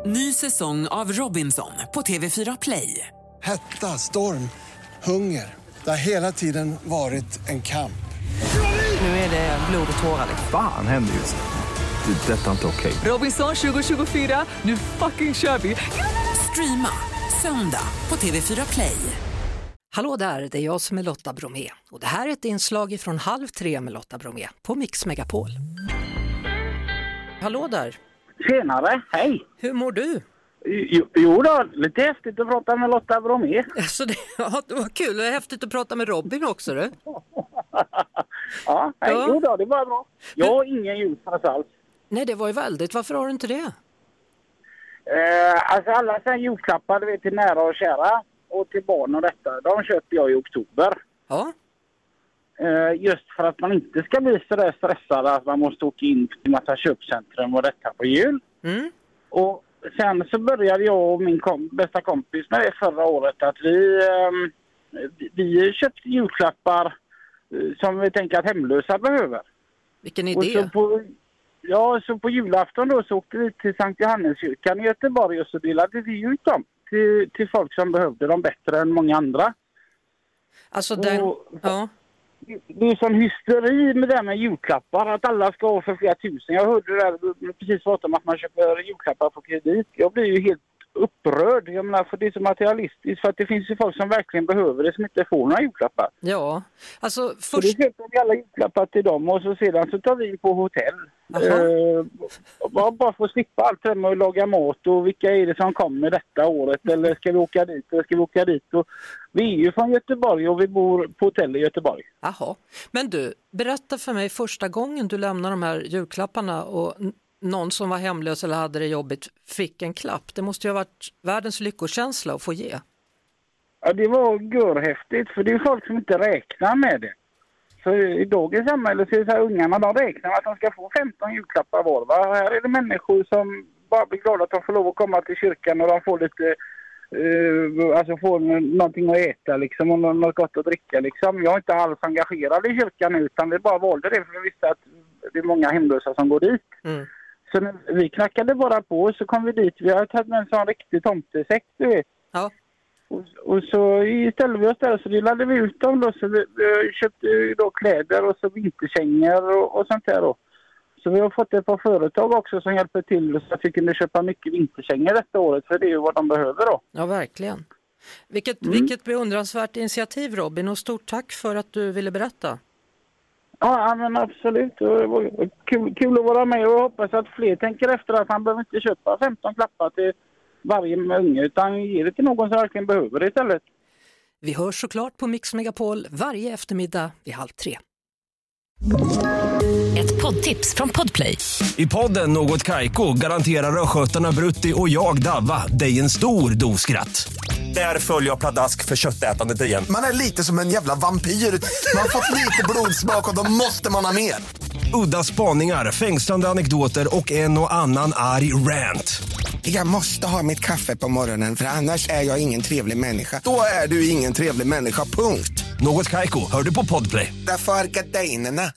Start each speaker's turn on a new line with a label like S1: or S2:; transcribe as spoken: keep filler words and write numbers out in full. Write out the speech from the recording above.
S1: Ny säsong av Robinson på T V fyra Play.
S2: Hetta, storm, hunger. Det har hela tiden varit en kamp.
S1: Nu är det blod och tårar.
S3: Fan händer just det. Det är detta inte okej.
S1: Robinson tjugo tjugofyra, nu fucking kör vi. Streama söndag på T V fyra Play.
S4: Hallå där, det är jag som är Lotta Bromé. Och det här är ett inslag från Halv tre med Lotta Bromé på Mix Megapol. Hallå där.
S5: Tjenare, hej.
S4: Hur mår du?
S5: Jo, jo då, lite häftigt att prata med Lotta Bromé.
S4: Alltså det, ja, det var kul, det är häftigt att prata med Robin också, du.
S5: Ja, hej,
S4: Ja.
S5: jo då, det var bra. Jag har ingen julklapp alls.
S4: Nej, det var ju väldigt. Varför har du inte det?
S5: Eh, alltså alla sen julklappar, du vet, till nära och kära och till barn och detta, de köpte jag i oktober.
S4: Ja.
S5: Eh, just för att man inte ska bli så där stressad att man måste åka in till massa köpcentrum och detta på jul.
S4: Mm.
S5: Och sen så började jag och min kom- bästa kompis med det förra året att vi, ehm, vi, vi köpte julklappar eh, som vi tänker att hemlösa behöver.
S4: Vilken
S5: Och
S4: idé.
S5: så på, ja, så på julafton då så åkte vi till Sankt Johanneskyrkan i Göteborg och så delade vi ut dem till, till folk som behövde dem bättre än många andra.
S4: Alltså den...
S5: Och,
S4: Ja.
S5: det är sån hysteri med det med julklappar, att alla ska ha för flera tusen. Jag hörde det där precis prata om att man köper julklappar på kredit. Jag blir ju helt upprörd, jag menar, för det är så materialistiskt, för att det finns ju folk som verkligen behöver det som inte får några julklappar.
S4: Ja, alltså
S5: Först... Så
S4: först...
S5: då köper vi alla julklappar till dem och så sedan så tar vi in på hotell. Uh, bara, bara för att slippa allt det med att laga mat och vilka är det som kommer detta året, eller ska vi åka dit eller ska vi åka dit. Och vi är ju från Göteborg och vi bor på hotell i Göteborg.
S4: Jaha, men du, berätta för mig första gången du lämnade de här julklapparna och n- någon som var hemlös eller hade det jobbigt fick en klapp. Det måste ju ha varit världens lyckokänsla att få ge.
S5: Ja, det var görhäftigt, för det är folk som inte räknar med det. Så i dagens samhälle så är det så här, ungarna, de räknar med att de ska få femton julklappar var. Va? Här är det människor som bara blir glada att de får lov att komma till kyrkan och de får lite, uh, alltså får någonting att äta liksom, och något gott att dricka liksom. Jag är inte alls engagerad i kyrkan nu, utan vi bara valde det för vi visste att det är många hemlösa som går dit.
S4: Mm.
S5: Så när vi knackade bara på och så kom vi dit. Vi har tagit med en sån riktig tomtesäck, du vet.
S4: Ja.
S5: Och, och så ställde vi oss där och så delade vi ut dem då. Så vi, vi köpte då kläder och så vinterkängor och, och sånt där då. Så vi har fått ett par företag också som hjälper till så att vi kunde köpa mycket vinterkängor detta året. För det är ju vad de behöver då.
S4: Ja, verkligen. Vilket,
S5: Mm.
S4: vilket beundransvärt initiativ, Robin, och stort tack för att du ville berätta.
S5: Ja, men absolut. Det var kul, kul att vara med och jag hoppas att fler tänker efter att han behöver inte köpa femton klappar till varje unge utan ge det till någon som verkligen behöver det istället.
S4: Vi hörs såklart på Mix Megapol varje eftermiddag vid halv tre.
S6: Ett poddtips från Podplay.
S7: I podden Något Kaiko garanterar röskötarna Brutti och jag Davva dig en stor doskratt. Där följer jag pladask för köttätandet igen.
S8: Man är lite som en jävla vampyr. Man har fått lite blodsmak och då måste man ha mer.
S7: Udda spaningar, fängslande anekdoter och en och annan arg rant.
S8: Jag måste ha mitt kaffe på morgonen för annars är jag ingen trevlig människa. Då är du ingen trevlig människa, punkt.
S7: Något Kaiko, hör du på Podplay.
S8: Därför är gardinerna.